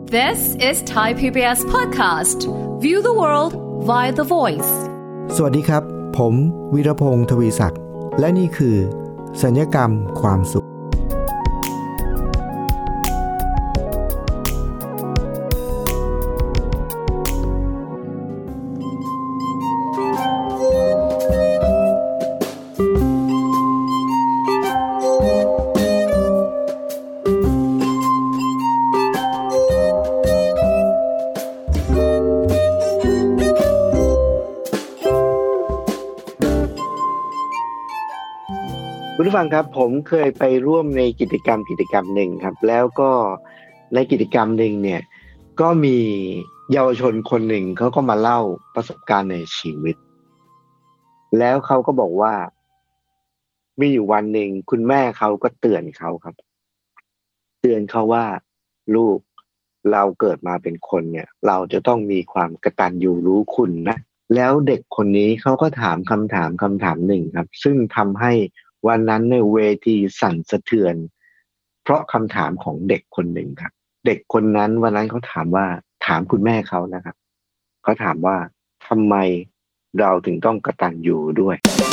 This is Thai PBS podcast. View the world via the voice. สวัสดีครับผมวีรพงศ์ทวีศักดิ์และนี่คือสัญญกรรมความสุขคุณผู้ฟังครับผมเคยไปร่วมในกิจกรรมหนึ่งครับแล้วก็ในกิจกรรมหนึ่งเนี่ยก็มีเยาวชนคนหนึ่งเขาก็มาเล่าประสบการณ์ในชีวิตแล้วเขาก็บอกว่ามีอยู่วันหนึ่งคุณแม่เขาก็เตือนเขาครับเตือนเขาว่าลูกเราเกิดมาเป็นคนเนี่ยเราจะต้องมีความกตัญญูรู้คุณนะแล้วเด็กคนนี้เขาก็ถามคำถามหนึ่งครับซึ่งทำให้วันนั้นในเวทีสั่นสะเทือนเพราะคำถามของเด็กคนหนึ่งครับเด็กคนนั้นวันนั้นเขาถามคุณแม่เขานะครับเขาถามว่าทำไมเราถึงต้องกตัญญูด้วย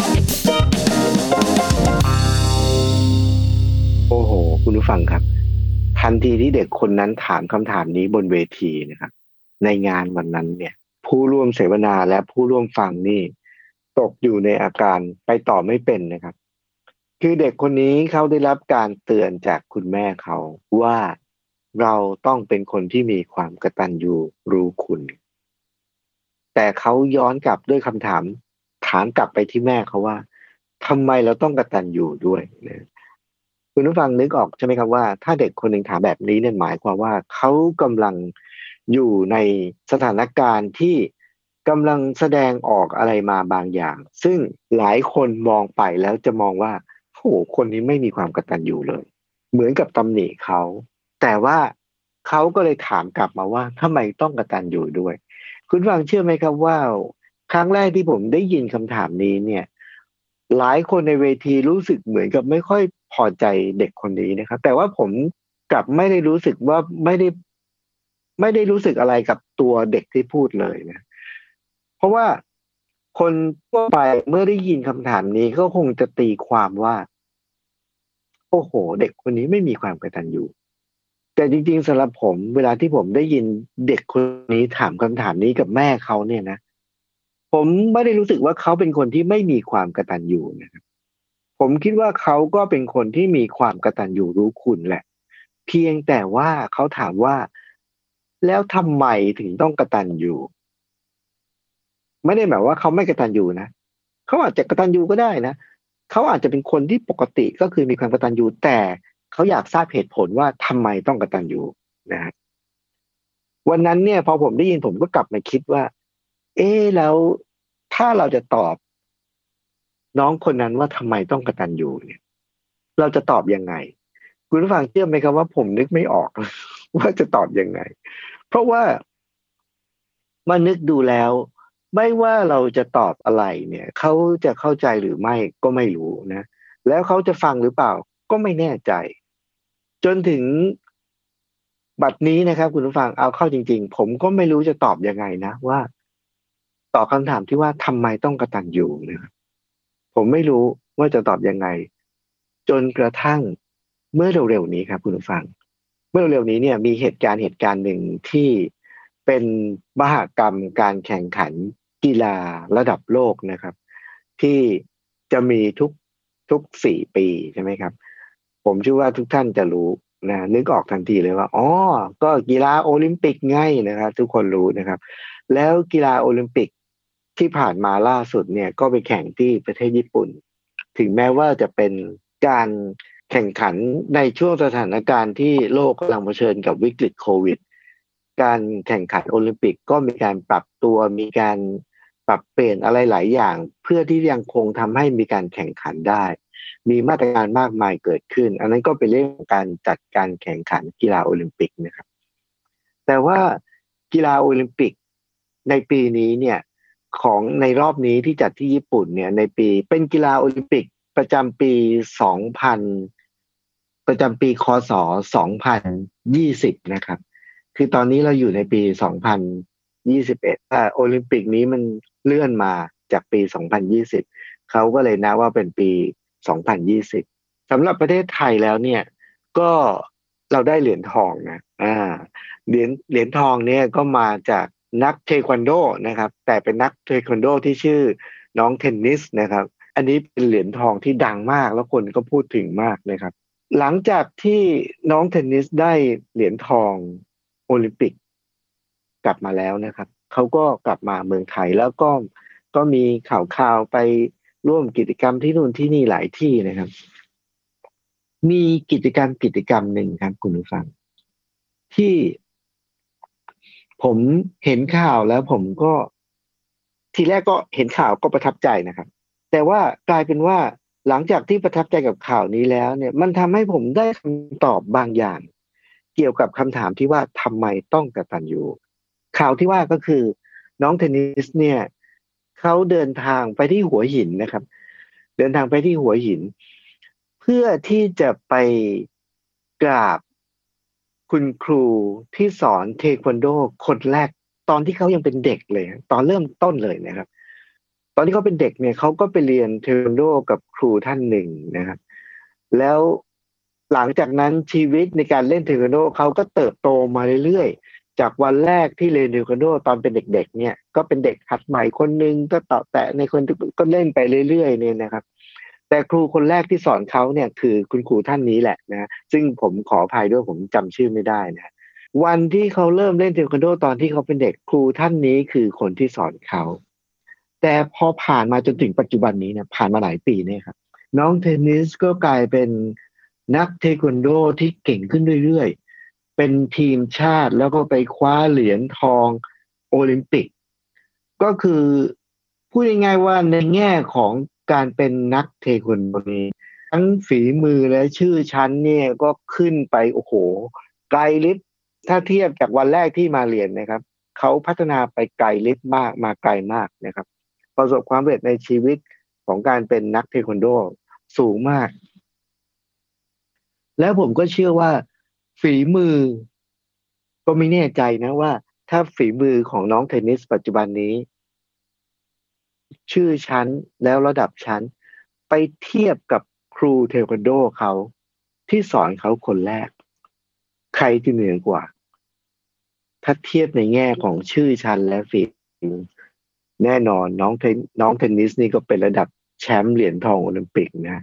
โอ้โหคุณผู้ฟังครับทันทีที่เด็กคนนั้นถามคำถามนี้บนเวทีนะครับในงานวันนั้นเนี่ยผู้ร่วมเสวนาและผู้ร่วมฟังนี่ตกอยู่ในอาการไปต่อไม่เป็นนะครับคือเด็กคนนี้เขาได้รับการเตือนจากคุณแม่เขาว่าเราต้องเป็นคนที่มีความกตัญญูรู้คุณแต่เขาย้อนกลับด้วยคำถามกลับไปที่แม่เขาว่าทำไมเราต้องกตัญญูด้วยนะคุณผู้ฟังนึกออกใช่ไหมครับว่าถ้าเด็กคนหนึ่งถามแบบนี้เนี่ยหมายความว่าเขากำลังอยู่ในสถานการณ์ที่กำลังแสดงออกอะไรมาบางอย่างซึ่งหลายคนมองไปแล้วจะมองว่าโอ้โหคนนี้ไม่มีความกตัญญูเลยเหมือนกับตำหนิเขาแต่ว่าเขาก็เลยถามกลับมาว่าทำไมต้องกตัญญูด้วยคุณฟังเชื่อไหมครับว่าครั้งแรกที่ผมได้ยินคำถามนี้เนี่ยหลายคนในเวทีรู้สึกเหมือนกับไม่ค่อยพอใจเด็กคนนี้นะครับแต่ว่าผมกลับไม่ได้รู้สึกว่าไม่ได้รู้สึกอะไรกับตัวเด็กที่พูดเลยนะเพราะว่าคนทั่วไปเมื่อได้ยินคำถามนี้ก็คงจะตีความว่าโอ้โหเด็กคนนี้ไม่มีความกตัญญูแต่จริงๆสำหรับผมเวลาที่ผมได้ยินเด็กคนนี้ถามคำถามนี้กับแม่เขาเนี่ยนะผมไม่ได้รู้สึกว่าเขาเป็นคนที่ไม่มีความกตัญญูนะครับผมคิดว่าเขาก็เป็นคนที่มีความกตัญญูรู้คุณแหละเพียงแต่ว่าเขาถามว่าแล้วทำไมถึงต้องกตัญญูไม่ได้หมายว่าเขาไม่กตัญญูนะเขาอาจจะกตัญญูก็ได้นะเขาอาจจะเป็นคนที่ปกติก็คือมีความกตัญญูแต่เขาอยากทราบเหตุผลว่าทำไมต้องกตัญญูนะฮะวันนั้นเนี่ยพอผมได้ยินผมก็กลับมาคิดว่าแล้วถ้าเราจะตอบน้องคนนั้นว่าทำไมต้องกตัญญูเนี่ยเราจะตอบยังไงคุณผู้ฟังเชื่อไหมครับว่าผมนึกไม่ออกว่าจะตอบยังไงเพราะว่ามานึกดูแล้วไม่ว่าเราจะตอบอะไรเนี่ยเขาจะเข้าใจหรือไม่ก็ไม่รู้นะแล้วเขาจะฟังหรือเปล่าก็ไม่แน่ใจจนถึงบัดนี้นะครับคุณผู้ฟังเอาเข้าจริงๆผมก็ไม่รู้จะตอบยังไงนะว่าตอบคำถามที่ว่าทำไมต้องกตัญญูนะครับผมไม่รู้ว่าจะตอบยังไงจนกระทั่งเมื่อเร็วๆนี้ครับคุณผู้ฟังเมื่อเร็วๆนี้เนี่ยมีเหตุการณ์หนึ่งที่เป็นมหกรรมการแข่งขันกีฬาระดับโลกนะครับที่จะมีทุก4 ปีใช่ไหมครับผมเชื่อว่าทุกท่านจะรู้นะนึกออกทันทีเลยว่าอ๋อก็กีฬาโอลิมปิกไงนะครับทุกคนรู้นะครับแล้วกีฬาโอลิมปิกที่ผ่านมาล่าสุดเนี่ยก็ไปแข่งที่ประเทศญี่ปุ่นถึงแม้ว่าจะเป็นการแข่งขันในช่วงสถานการณ์ที่โลกกำลังเผชิญกับวิกฤตโควิดการแข่งขันโอลิมปิกก็มีการปรับตัวมีการปรับเปลี่ยนอะไรหลายอย่างเพื่อที่ยังคงทำให้มีการแข่งขันได้มีมาตรการมากมายเกิดขึ้นอันนั้นก็เป็นเรื่องของการจัดการแข่งขันกีฬาโอลิมปิกนะครับแต่ว่ากีฬาโอลิมปิกในปีนี้เนี่ยของในรอบนี้ที่จัดที่ญี่ปุ่นเนี่ยในปีเป็นกีฬาโอลิมปิกประจำปี2000ประจำปีคศ2020นะครับคือตอนนี้เราอยู่ในปี2021โอลิมปิกนี้มันเลื่อนมาจากปี2020เขาก็เลยนับว่าเป็นปี2020สำหรับประเทศไทยแล้วเนี่ยก็เราได้เหรียญทองนะเหรียญทองเนี่ยก็มาจากนักเทควันโดนะครับแต่เป็นนักเทควันโดที่ชื่อน้องเทนนิสนะครับอันนี้เป็นเหรียญทองที่ดังมากแล้วคนก็พูดถึงมากนะครับหลังจากที่น้องเทนนิสได้เหรียญทองโอลิมปิกกลับมาแล้วนะครับเขาก็กลับมาเมืองไทยแล้วก็มีข่าวไปร่วมกิจกรรมที่นู่นที่นี่หลายที่นะครับมีกิจกรรมหนึ่งครับคุณผู้ฟังที่ผมเห็นข่าวแล้วผมก็ทีแรกก็เห็นข่าวก็ประทับใจนะครับแต่ว่ากลายเป็นว่าหลังจากที่ประทับใจกับข่าวนี้แล้วเนี่ยมันทำให้ผมได้คำตอบบางอย่างเกี่ยวกับคำถามที่ว่าทำไมต้องกตัญญูข่าวที่ว่าก็คือน้องเทนนิสเนี่ยเขาเดินทางไปที่หัวหินนะครับเดินทางไปที่หัวหินเพื่อที่จะไปกราบคุณครูที่สอนเทควันโดคนแรกตอนที่เขายังเป็นเด็กเลยตอนเริ่มต้นเลยนะครับตอนที่เขาเป็นเด็กเนี่ยเขาก็ไปเรียนเทควันโดกับครูท่านหนึ่งนะครับแล้วหลังจากนั้นชีวิตในการเล่นเทควันโดเขาก็เติบโตมาเรื่อยๆจากวันแรกที่เรียนเทควันโดตอนเป็นเด็กๆเนี่ยก็เป็นเด็กหัดใหม่คนหนึ่งก็ต่อแต่ในคนก็เล่นไปเรื่อยๆเนี่ยนะครับแต่ครูคนแรกที่สอนเขาเนี่ยคือคุณครูท่านนี้แหละนะซึ่งผมขออภัยด้วยผมจำชื่อไม่ได้นะวันที่เขาเริ่มเล่นเทควันโดตอนที่เขาเป็นเด็กครูท่านนี้คือคนที่สอนเขาแต่พอผ่านมาจนถึงปัจจุบันนี้เนี่ยผ่านมาหลายปีเนี่ยครับน้องเทนนิสก็กลายเป็นนักเทควันโดที่เก่งขึ้นเรื่อยๆเป็นทีมชาติแล้วก็ไปคว้าเหรียญทองโอลิมปิกก็คือพูดง่ายๆว่าในแง่ของการเป็นนักเทควันโดนี้ทั้งฝีมือและชื่อชั้นเนี่ยก็ขึ้นไปโอ้โหไกลลิฟถ้าเทียบจากวันแรกที่มาเรียนนะครับเขาพัฒนาไปไกลลิฟมากมาไกลมากนะครับประสบความสำเร็จในชีวิตของการเป็นนักเทควันโดสูงมากแล้วผมก็เชื่อว่าฝีมือก็ไม่แน่ใจนะว่าถ้าฝีมือของน้องเทนนิสปัจจุบันนี้ชื่อชั้นแล้วระดับชั้นไปเทียบกับครูเทควันโดเขาที่สอนเขาคนแรกใครที่เหนือกว่าถ้าเทียบในแง่ของชื่อชั้นและฝีมือแน่นอนน้องเทนนิสนี่ก็เป็นระดับแชมป์เหรียญทองโอลิมปิกนะ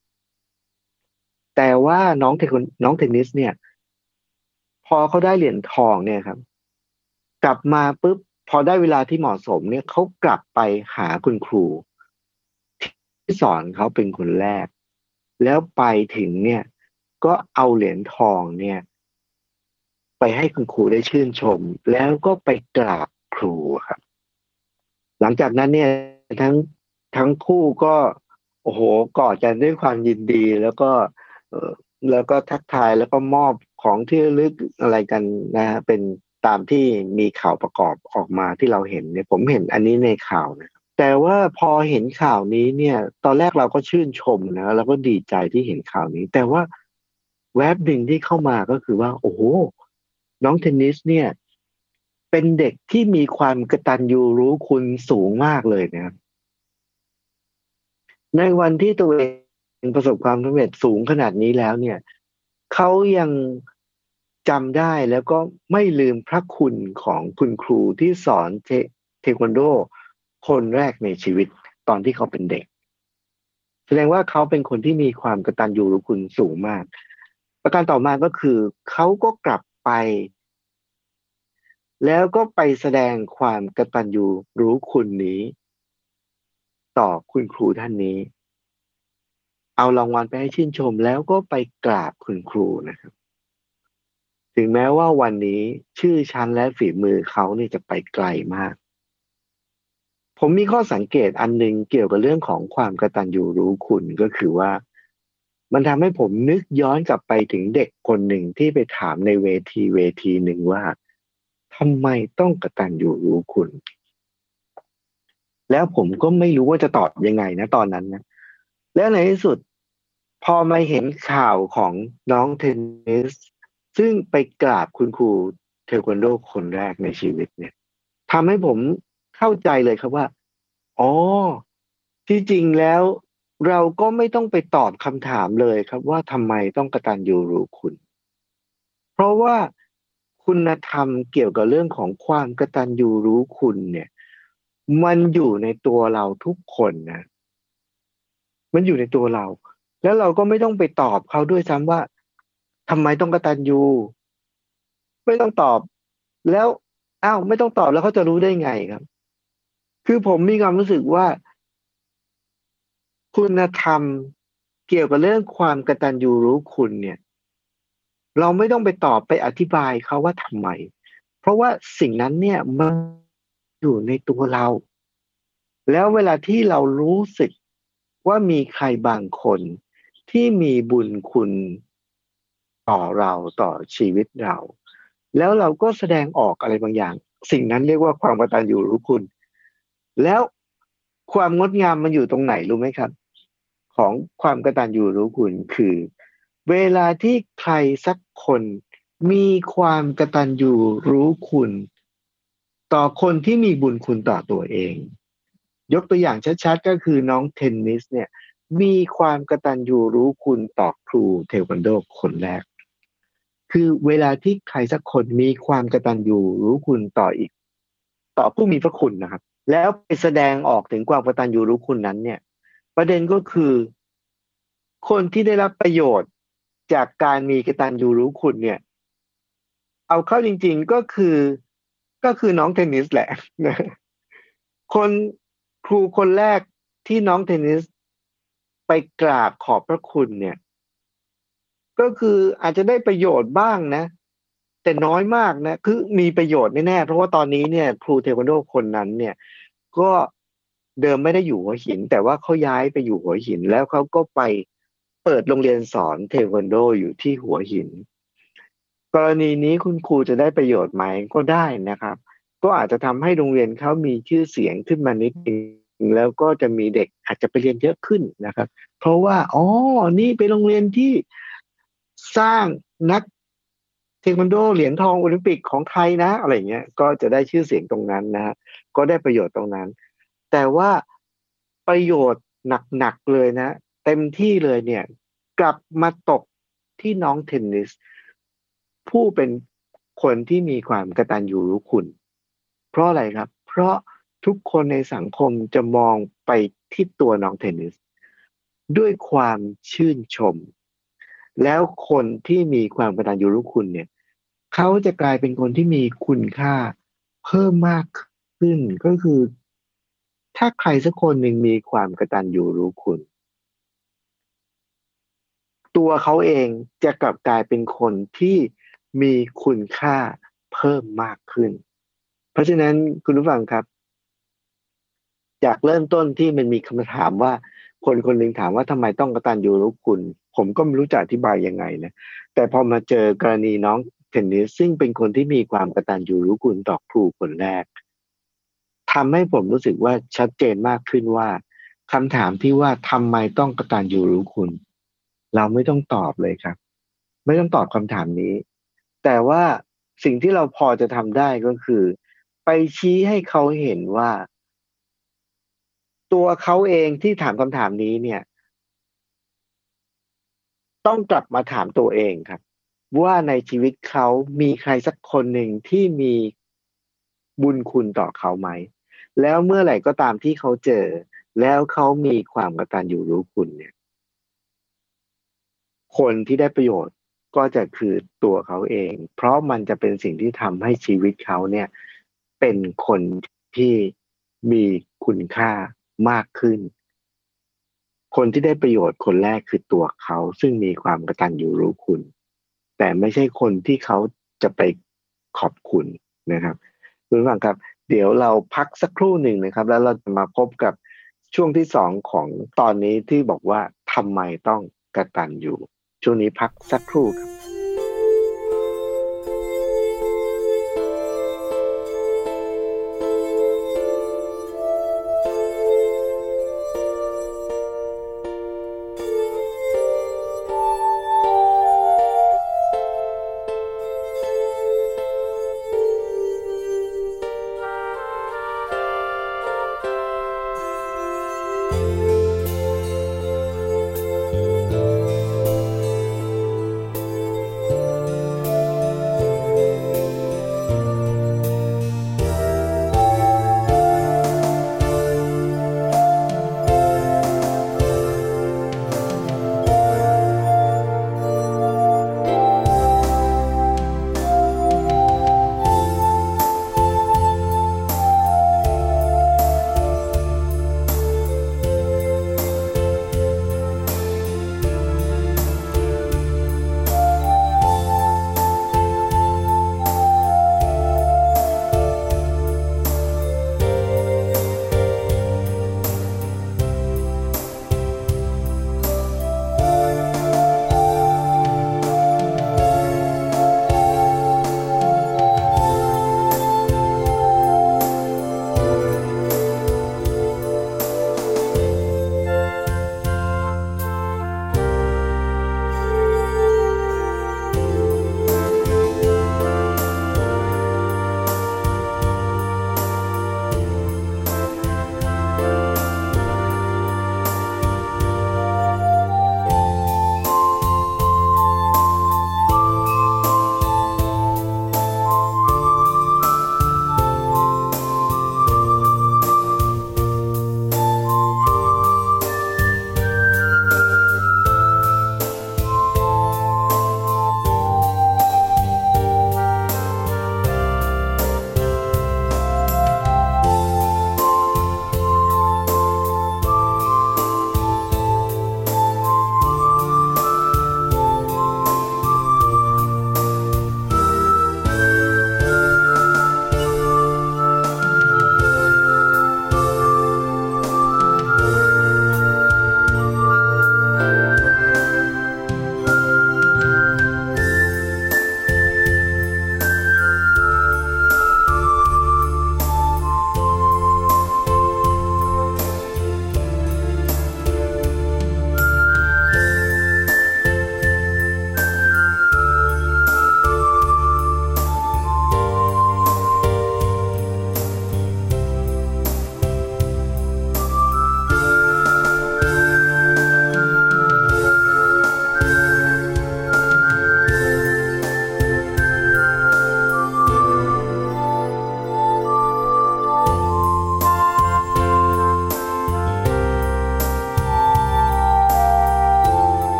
แต่ว่าน้องเทนนิสเนี่ยพอเขาได้เหรียญทองเนี่ยครับกลับมาปุ๊บพอได้เวลาที่เหมาะสมเนี่ยเขากลับไปหาคุณครูที่สอนเขาเป็นคนแรกแล้วไปถึงเนี่ยก็เอาเหรียญทองเนี่ยไปให้คุณครูได้ชื่นชมแล้วก็ไปกราบครูครับหลังจากนั้นเนี่ยทั้งทั้งคู่ก็โอ้โหกอดกันด้วยความยินดีแล้วก็เอ่อแล้วก็ทักทายแล้วก็มอบของที่ระลึกอะไรกันนะฮะเป็นตามที่มีข่าวประกอบออกมาที่เราเห็นเนี่ยผมเห็นอันนี้ในข่าวนะครับแต่ว่าพอเห็นข่าวนี้เนี่ยตอนแรกเราก็ชื่นชมนะแล้วก็ดีใจที่เห็นข่าวนี้แต่ว่าแวบหนึ่งที่เข้ามาก็คือว่าโอ้โหน้องเทนนิสเนี่ยเป็นเด็กที่มีความกตัญญูรู้คุณสูงมากเลยนะครับในวันที่ตัวเองประสบความสำเร็จสูงขนาดนี้แล้วเนี่ยเขายังจำได้แล้วก็ไม่ลืมพระคุณของคุณครูที่สอนเทควันโดคนแรกในชีวิตตอนที่เขาเป็นเด็กแสดงว่าเขาเป็นคนที่มีความกตัญญูรู้คุณสูงมากประการต่อมาก็คือเขาก็กลับไปแล้วก็ไปแสดงความกตัญญูรู้คุณนี้ต่อคุณครูท่านนี้เอารางวัลไปให้ชื่นชมแล้วก็ไปกราบคุณครูนะครับถึงแม้ว่าวันนี้ชื่อชั้นและฝีมือเขาเนี่ยจะไปไกลมากผมมีข้อสังเกตอันหนึงเกี่ยวกับเรื่องของความกตัญญูรู้คุณก็คือว่ามันทำให้ผมนึกย้อนกลับไปถึงเด็กคนหนึ่งที่ไปถามในเวทีหนึ่งว่าทำไมต้องกตัญญูรู้คุณแล้วผมก็ไม่รู้ว่าจะตอบยังไงนะตอนนั้นนะแล้วในที่สุดพอมาเห็นข่าวของน้องเทนนิสซึ่งไปกราบคุณครูเทควันโดคนแรกในชีวิตเนี่ยทำให้ผมเข้าใจเลยครับว่าอ๋อที่จริงแล้วเราก็ไม่ต้องไปตอบคำถามเลยครับว่าทำไมต้องกตัญญูรู้คุณเพราะว่าคุณธรรมเกี่ยวกับเรื่องของความกตัญญูรู้คุณเนี่ยมันอยู่ในตัวเราทุกคนนะมันอยู่ในตัวเราแล้วเราก็ไม่ต้องไปตอบเขาด้วยซ้ำว่าทำไมต้องกตัญญูไม่ต้องตอบแล้วอ้าวไม่ต้องตอบแล้วเขาจะรู้ได้ไงครับคือผมมีความรู้สึกว่าคุณธรรมเกี่ยวกับเรื่องความกตัญญูรู้คุณเนี่ยเราไม่ต้องไปตอบไปอธิบายเขาว่าทำไมเพราะว่าสิ่งนั้นเนี่ยมันอยู่ในตัวเราแล้วเวลาที่เรารู้สึกว่ามีใครบางคนที่มีบุญคุณต่อเราต่อชีวิตเราแล้วเราก็แสดงออกอะไรบางอย่างสิ่งนั้นเรียกว่าความกตัญญูรู้คุณแล้วความงดงามมันอยู่ตรงไหนรู้ไหมครับของความกตัญญูรู้คุณคือเวลาที่ใครสักคนมีความกตัญญูรู้คุณต่อคนที่มีบุญคุณต่อตัวเองยกตัวอย่างชัดๆก็คือน้องเทนนิสเนี่ยมีความกตัญญูรู้คุณต่อครูเทควันโดคนแรกคือเวลาที่ใครสักคนมีความกตัญญูรู้คุณต่ออีกต่อผู้มีพระคุณนะครับแล้วไปแสดงออกถึงความกตัญญูรู้คุณนั้นเนี่ยประเด็นก็คือคนที่ได้รับประโยชน์จากการมีกตัญญูรู้คุณเนี่ยเอาเข้าจริงๆก็คือน้องเทนนิสแหละคนครูคนแรกที่น้องเทนนิสไปกราบขอบพระคุณเนี่ยก็คืออาจจะได้ประโยชน์บ้างนะแต่น้อยมากนะคือมีประโยชน์แน่ๆเพราะว่าตอนนี้เนี่ยครูเทควันโดคนนั้นเนี่ยก็เดิมไม่ได้อยู่หัวหินแต่ว่าเขาย้ายไปอยู่หัวหินแล้วเขาก็ไปเปิดโรงเรียนสอนเทควันโดอยู่ที่หัวหินกรณีนี้คุณครูจะได้ประโยชน์ไหมก็ได้นะครับก็อาจจะทำให้โรงเรียนเขามีชื่อเสียงขึ้นมานิดนึงแล้วก็จะมีเด็กอาจจะไปเรียนเยอะขึ้นนะครับเพราะว่าอ๋อนี่เป็นโรงเรียนที่สร้างนักเทควันโดเหรียญทองโอลิมปิกของไทยนะอะไรเงี้ยก็จะได้ชื่อเสียงตรงนั้นนะฮะก็ได้ประโยชน์ตรงนั้นแต่ว่าประโยชน์หนักๆเลยนะเต็มที่เลยเนี่ยกลับมาตกที่น้องเทนนิสผู้เป็นคนที่มีความกตัญญูรู้คุณเพราะอะไรครับเพราะทุกคนในสังคมจะมองไปที่ตัวน้องเทนนิสด้วยความชื่นชมแล้วคนที่มีความกตัญญูรู้คุณเนี่ยเขาจะกลายเป็นคนที่มีคุณค่าเพิ่มมากขึ้นก็คือถ้าใครสักคนหนึ่งมีความกตัญญูรู้คุณตัวเขาเองจะกลับกลายเป็นคนที่มีคุณค่าเพิ่มมากขึ้นเพราะฉะนั้นคุณผู้ฟังครับจากเริ่มต้นที่มันมีคำถามว่าคนคนหนึ่งถามว่าทำไมต้องกตัญญูรู้คุณผมก็ไม่รู้จะอธิบายยังไงนะแต่พอมาเจอกรณีน้องเทนนิสซึ่งเป็นคนที่มีความกตัญญูรู้คุณต่อครูคนแรกทำให้ผมรู้สึกว่าชัดเจนมากขึ้นว่าคำถามที่ว่าทำไมต้องกตัญญูรู้คุณเราไม่ต้องตอบเลยครับไม่ต้องตอบคำถามนี้แต่ว่าสิ่งที่เราพอจะทำได้ก็คือไปชี้ให้เขาเห็นว่า ตัวเขาเองที่ถามคำถามนี้เนี่ยต้องกลับมาถามตัวเองครับว่าในชีวิตเขามีใครสักคนหนึ่งที่มีบุญคุณต่อเขาไหมแล้วเมื่อไหร่ก็ตามที่เขาเจอแล้วเขามีความกตัญญูรู้คุณเนี่ยคนที่ได้ประโยชน์ก็จะคือตัวเขาเองเพราะมันจะเป็นสิ่งที่ทำให้ชีวิตเขาเนี่ยเป็นคนที่มีคุณค่ามากขึ้น คนที่ได้ประโยชน์คนแรกคือตัวเขาซึ่งมีความกตัญญูรู้คุณแต่ไม่ใช่คนที่เขาจะไปขอบคุณนะครับคุณผู้ฟังครับเดี๋ยวเราพักสักครู่หนึ่งนะครับแล้วเราจะมาพบกับช่วงที่สองของตอนนี้ที่บอกว่าทำไมต้องกตัญญูช่วงนี้พักสักครู่ครับ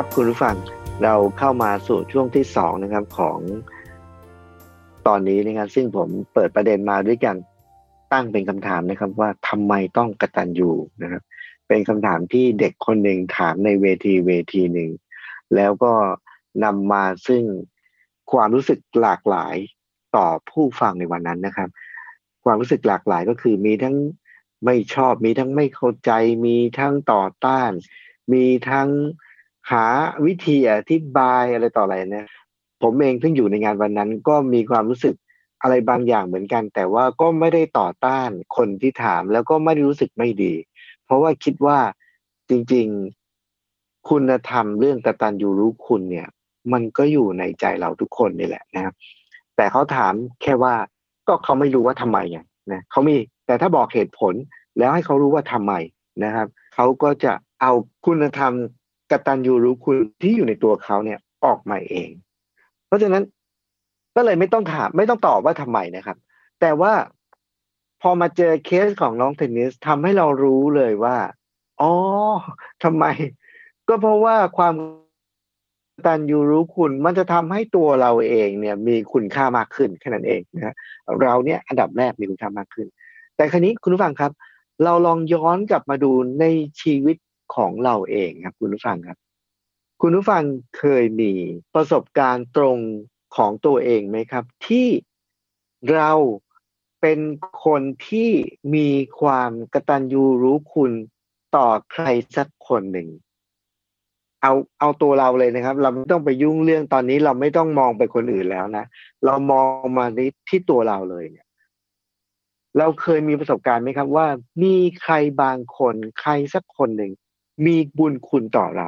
คุณผู้ฟังเราเข้ามาสู่ช่วงที่2นะครับของตอนนี้นะครับซึ่งผมเปิดประเด็นมาด้วยกันตั้งเป็นคำถามนะครับว่าทำไมต้องกตัญญูนะครับเป็นคำถามที่เด็กคนหนึ่งถามในเวทีหนึ่งแล้วก็นำมาซึ่งความรู้สึกหลากหลายต่อผู้ฟังในวันนั้นนะครับความรู้สึกหลากหลายก็คือมีทั้งไม่ชอบมีทั้งไม่เข้าใจมีทั้งต่อต้านมีทั้งหาวิธีอธิบายอะไรต่ออะไรเนี่ยผมเองซึ่งอยู่ในงานวันนั้นก็มีความรู้สึกอะไรบางอย่างเหมือนกันแต่ว่าก็ไม่ได้ต่อต้านคนที่ถามแล้วก็ไม่ได้รู้สึกไม่ดีเพราะว่าคิดว่าจริงๆคุณธรรมเรื่องกตัญญูรู้คุณเนี่ยมันก็อยู่ในใจเราทุกคนนี่แหละนะครับแต่เขาถามแค่ว่าก็เขาไม่รู้ว่าทำไมไงนะเขามีแต่ถ้าบอกเหตุผลแล้วให้เขารู้ว่าทำไมนะครับเขาก็จะเอาคุณธรรมกตัญญูรู้คุณที่อยู่ในตัวเขาเนี่ยออกมาเองเพราะฉะนั้นก็เลยไม่ต้องถามไม่ต้องตอบว่าทำไมนะครับแต่ว่าพอมาเจอเคสของน้องเทนนิสทำให้เรารู้เลยว่าอ๋อทำไมก็เพราะว่าความกตัญญูรู้คุณมันจะทำให้ตัวเราเองเนี่ยมีคุณค่ามากขึ้นแค่นั้นเองนะฮะเราเนี่ยอันดับแรกมีคุณค่ามากขึ้นแต่คราวนี้คุณผู้ฟังครับเราลองย้อนกลับมาดูในชีวิตของเราเองครับคุณผู้ฟังครับคุณผู้ฟังเคยมีประสบการณ์ตรงของตัวเองไหมครับที่เราเป็นคนที่มีความกตัญญูรู้คุณต่อใครสักคนหนึ่งเอาตัวเราเลยนะครับเราไม่ต้องไปยุ่งเรื่องตอนนี้เราไม่ต้องมองไปคนอื่นแล้วนะเรามองมาที่ตัวเราเลยเนี่ยเราเคยมีประสบการณ์ไหมครับว่ามีใครบางคนใครสักคนหนึ่งมีบุญคุณต่อเรา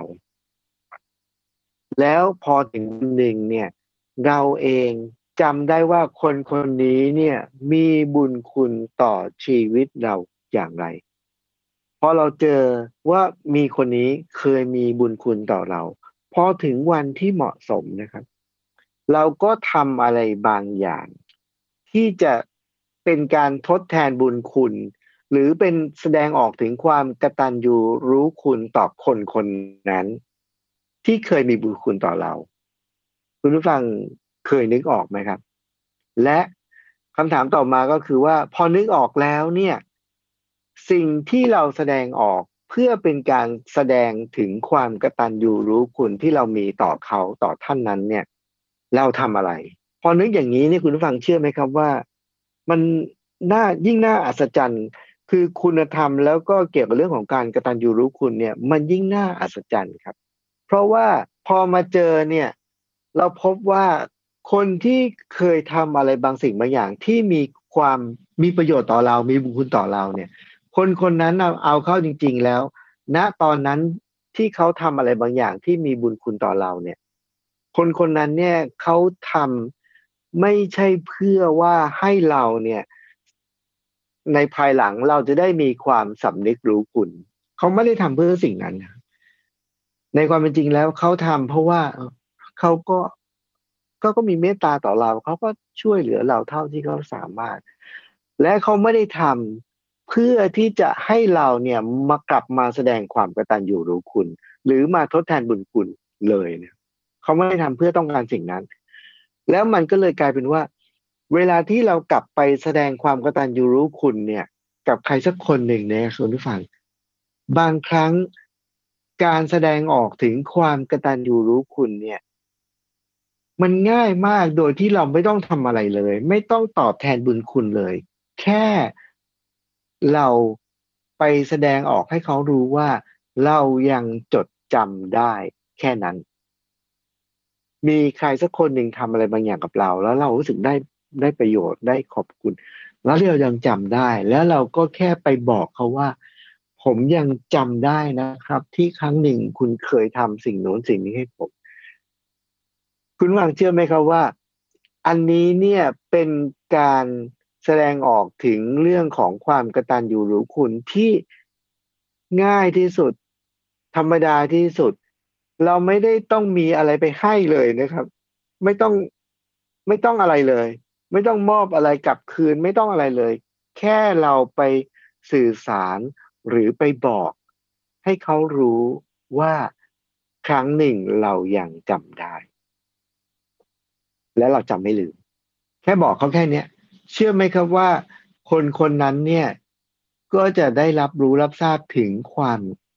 แล้วพอถึงวันหนึ่งเนี่ยเราเองจำได้ว่าคนคนนี้เนี่ยมีบุญคุณต่อชีวิตเราอย่างไรพอเราเจอว่ามีคนนี้เคยมีบุญคุณต่อเราพอถึงวันที่เหมาะสมนะครับเราก็ทำอะไรบางอย่างที่จะเป็นการทดแทนบุญคุณหรือเป็นแสดงออกถึงความกตัญญูรู้คุณต่อคนคนนั้นที่เคยมีบุญคุณต่อเราคุณผู้ฟังเคยนึกออกไหมครับและคำถามต่อมาก็คือว่าพอนึกออกแล้วเนี่ยสิ่งที่เราแสดงออกเพื่อเป็นการแสดงถึงความกตัญญูรู้คุณที่เรามีต่อเขาต่อท่านนั้นเนี่ยเราทำอะไรพอนึกอย่างนี้นี่คุณผู้ฟังเชื่อไหมครับว่ามันยิ่งน่าอัศจรรย์คือคุณธรรมแล้วก็เกี่ยวกับเรื่องของการกตัญญูรู้คุณเนี่ยมันยิ่งน่าอัศจรรย์ครับเพราะว่าพอมาเจอเนี่ยเราพบว่าคนที่เคยทำอะไรบางสิ่งบางอย่างที่มีประโยชน์ต่อเรามีบุญคุณต่อเราเนี่ยคนคนนั้นเอาเข้าจริงๆแล้วณตอนนั้นที่เขาทำอะไรบางอย่างที่มีบุญคุณต่อเราเนี่ยคนคนนั้นเนี่ยเขาทำไม่ใช่เพื่อว่าให้เราเนี่ยในภายหลังเราจะได้มีความสำนึกรู้คุณเขาไม่ได้ทำเพื่อสิ่งนั้นนะในความเป็นจริงแล้วเขาทำเพราะว่าเขาก็มีเมตตาต่อเราเขาก็ช่วยเหลือเราเท่าที่เขาสามารถและเขาไม่ได้ทำเพื่อที่จะให้เราเนี่ยกลับมาแสดงความกตัญญูรู้คุณหรือมาทดแทนบุญคุณเลยเนี่ยเขาไม่ได้ทำเพื่อต้องการสิ่งนั้นแล้วมันก็เลยกลายเป็นว่าเวลาที่เรากลับไปแสดงความกตัญญูรู้คุณเนี่ยกับใครสักคนหนึ่งเนี่ยคุณผู้ฟังบางครั้งการแสดงออกถึงความกตัญญูรู้คุณเนี่ยมันง่ายมากโดยที่เราไม่ต้องทำอะไรเลยไม่ต้องตอบแทนบุญคุณเลยแค่เราไปแสดงออกให้เขารู้ว่าเรายังจดจำได้แค่นั้นมีใครสักคนหนึ่งทำอะไรบางอย่างกับเราแล้วเรารู้สึกได้ประโยชน์ได้ขอบคุณแล้วเรายังจำได้แล้วเราก็แค่ไปบอกเขาว่าผมยังจำได้นะครับที่ครั้งหนึ่งคุณเคยทำสิ่งโน้นสิ่งนี้ให้ผมคุณวางเชื่อไหมครับว่าอันนี้เนี่ยเป็นการแสดงออกถึงเรื่องของความกตัญญูรู้คุณที่ง่ายที่สุดธรรมดาที่สุดเราไม่ได้ต้องมีอะไรไปให้เลยนะครับไม่ต้องไม่ต้องอะไรเลยไม่ต้องมอบอะไรกลับคืนไม่ต้องอะไรเลยแค่เราไปสื่อสารหรือไปบอกให้เขารู้ว่าครั้งหนึ่งเรายังจำได้และเราจำไม่ลืมแค่บอกเขาแค่เนี้ยเชื่อไหมครับว่าคนคนนั้นเนี่ยก็จะได้รับรู้รับทราบถึงความ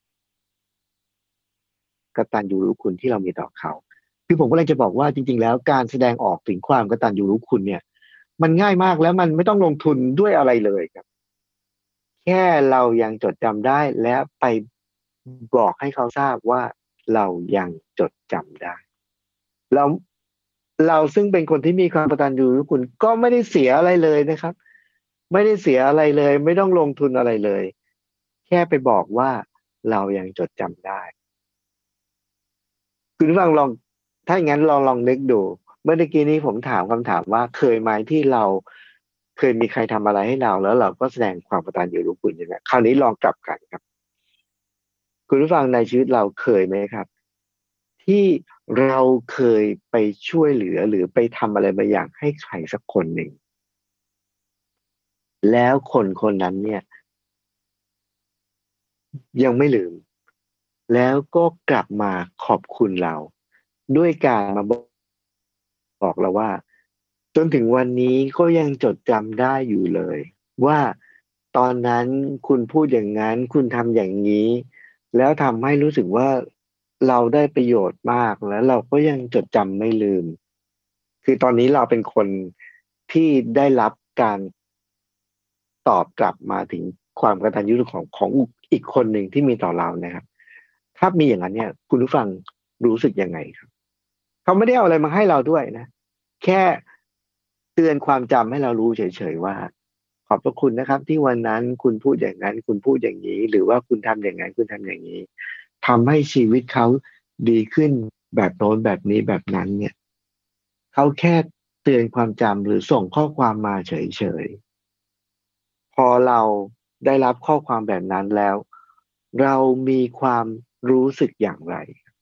กตัญญูรู้คุณที่เรามีต่อเขาคือผมก็เลยจะบอกว่าจริงๆแล้วการแสดงออกถึงความกตัญญูรู้คุณเนี่ยมันง่ายมากแล้วมันไม่ต้องลงทุนด้วยอะไรเลยครับแค่เรายังจดจำได้และไปบอกให้เขาทราบว่าเรายังจดจำได้เราเราซึ่งเป็นคนที่มีความกตัญญูรู้คุณก็ไม่ได้เสียอะไรเลยนะครับไม่ได้เสียอะไรเลยไม่ต้องลงทุนอะไรเลยแค่ไปบอกว่าเรายังจดจำได้ คุณผู้ฟังลองถ้าอย่างนั้นลองนึกดูเมื่อกี้นี้ผมถามคำถามว่าเคยไหมที่เราเคยมีใครทำอะไรให้เราแล้วเราก็แสดงความกตัญญูรู้คุณใช่ไหมคราวนี้ลองกลับกันครับคุณผู้ฟังในชีวิตเราเคยไหมครับที่เราเคยไปช่วยเหลือหรือไปทำอะไรบางอย่างให้ใครสักคนหนึ่งแล้วคนคนนั้นเนี่ยยังไม่ลืมแล้วก็กลับมาขอบคุณเราด้วยการมาบอกเราว่า จนถึงวันนี้ก็ยังจดจำได้อยู่เลยว่าตอนนั้นคุณพูดอย่างนั้นคุณทำอย่างนี้แล้วทำให้รู้สึกว่าเราได้ประโยชน์มากแล้วเราก็ยังจดจำไม่ลืมคือตอนนี้เราเป็นคนที่ได้รับการตอบกลับมาถึงความกตัญญูของอีกคนหนึ่งที่มีต่อเรานะครับถ้ามีอย่างนั้นเนี่ยคุณผู้ฟังรู้สึกยังไงครับเขาไม่ได้เอาอะไรมาให้เราด้วยนะ แค่เตือนความจำให้เรารู้เฉยๆว่าขอบพระคุณนะครับที่วันนั้นคุณพูดอย่างนั้นคุณพูดอย่างนี้หรือว่าคุณทำอย่างนั้นคุณทำอย่างนี้ทำให้ชีวิตเขาดีขึ้นแบบโน้นแบบนี้แบบนั้นเนี่ยเขาแค่เตือนความจำหรือส่งข้อความมาเฉยๆพอเราได้รับข้อความแบบนั้นแล้วเรามีความรู้สึกอย่างไร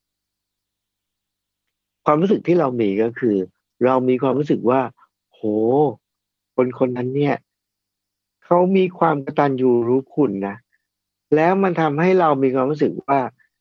ความรู้สึกที่เรามีก็คือเรามีความรู้สึกว่าโหคนคนนั้นเนี่ยเขามีความกตัญญูรู้คุณนะแล้วมันทำให้เรามีความรู้สึกว่า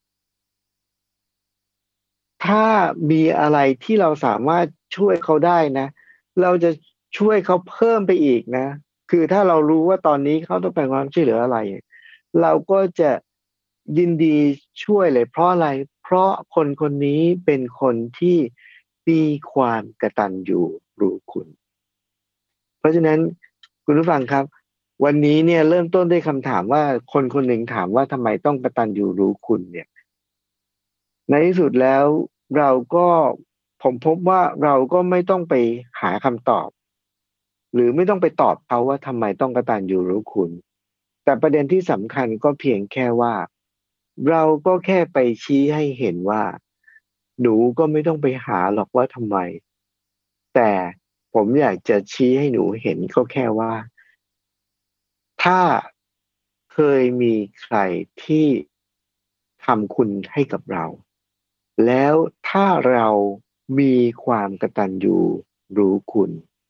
ถ้ามีอะไรที่เราสามารถช่วยเขาได้นะเราจะช่วยเขาเพิ่มไปอีกนะคือถ้าเรารู้ว่าตอนนี้เขาต้องการความช่วยเหลืออะไรเราก็จะยินดีช่วยเลยเพราะอะไรเพราะคนคนนี้เป็นคนที่มีความกตัญญูรู้คุณ เพราะฉะนั้นคุณผู้ฟังครับวันนี้เนี่ยเริ่มต้นด้วยคำถามว่าคนคนหนึ่งถามว่าทำไมต้องกตัญญูรู้คุณเนี่ยในที่สุดแล้วเราก็ผมพบว่าเราก็ไม่ต้องไปหาคำตอบหรือไม่ต้องไปตอบเขาว่าทำไมต้องกตัญญูรู้คุณแต่ประเด็นที่สำคัญก็เพียงแค่ว่าเราก็แค่ไปชี้ให้เห็นว่าหนูก็ไม่ต้องไปหาหรอกว่าทำไมแต่ผมอยากจะชี้ให้หนูเห็นก็แค่ว่า ถ้าเคยมีใครที่ทำคุณให้กับเรา แล้วถ้าเรามีความกตัญญูรู้คุณ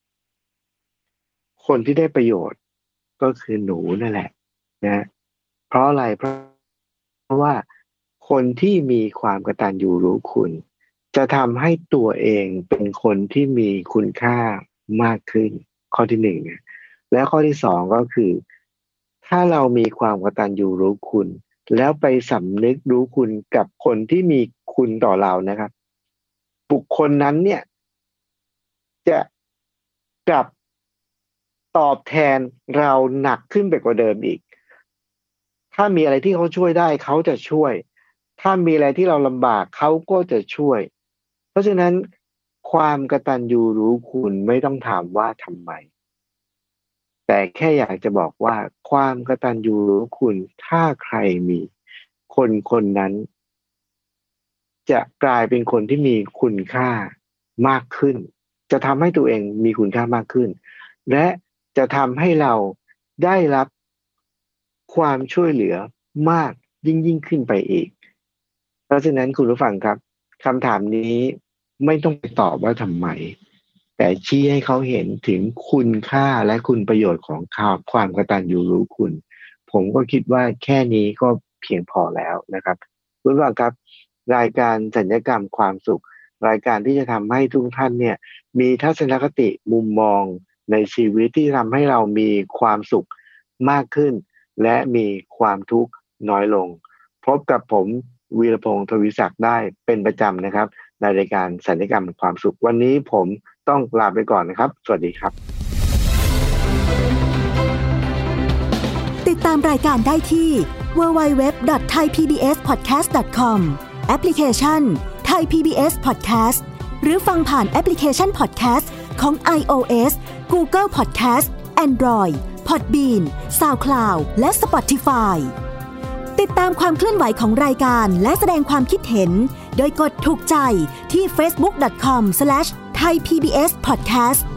คนที่ได้ประโยชน์ก็คือหนูนั่นแหละนะเพราะอะไรเพราะว่าคนที่มีความกตัญญูรู้คุณจะทำให้ตัวเองเป็นคนที่มีคุณค่ามากขึ้นข้อที่หนึ่งนะและข้อที่สองก็คือถ้าเรามีความกตัญญูรู้คุณแล้วไปสำนึกรู้คุณกับคนที่มีคุณต่อเรานะครับบุคคลนั้นเนี่ยจะกลับตอบแทนเราหนักขึ้นไปกว่าเดิมอีก ถ้ามีอะไรที่เขาช่วยได้เขาจะช่วย ถ้ามีอะไรที่เราลำบากเขาก็จะช่วย เพราะฉะนั้นความกตัญญูรู้คุณไม่ต้องถามว่าทำไม แต่แค่อยากจะบอกว่าความกตัญญูรู้คุณถ้าใครมีคนคนนั้นจะกลายเป็นคนที่มีคุณค่ามากขึ้น จะทำให้ตัวเองมีคุณค่ามากขึ้น และจะทำให้เราได้รับความช่วยเหลือมากยิ่งขึ้นไปอีก เพราะฉะนั้นคุณผู้ฟังครับคำถามนี้ไม่ต้องไปตอบว่าทำไมแต่ชี้ให้เขาเห็นถึงคุณค่าและคุณประโยชน์ของความกตัญญูรู้คุณผมก็คิดว่าแค่นี้ก็เพียงพอแล้วนะครับคุณผู้ฟังครับรายการสัญญกรรมความสุขรายการที่จะทำให้ทุกท่านเนี่ยมีทัศนคติมุมมองในชีวิตที่ทำให้เรามีความสุขมากขึ้นและมีความทุกข์น้อยลงพบกับผมวีรพงษ์ทวีศักดิ์ได้เป็นประจำนะครับในรายการสัญญกรรมความสุขวันนี้ผมต้องลาไปก่อนนะครับสวัสดีครับติดตามรายการได้ที่ www.thaipbspodcast.com แอปพลิเคชัน Thai PBS Podcast หรือฟังผ่านแอปพลิเคชัน Podcast ของ iOS Google Podcast Android Podbean SoundCloud และ Spotify ติดตามความเคลื่อนไหวของรายการและแสดงความคิดเห็นโดยกดถูกใจที่ facebook.com/thaipbspodcast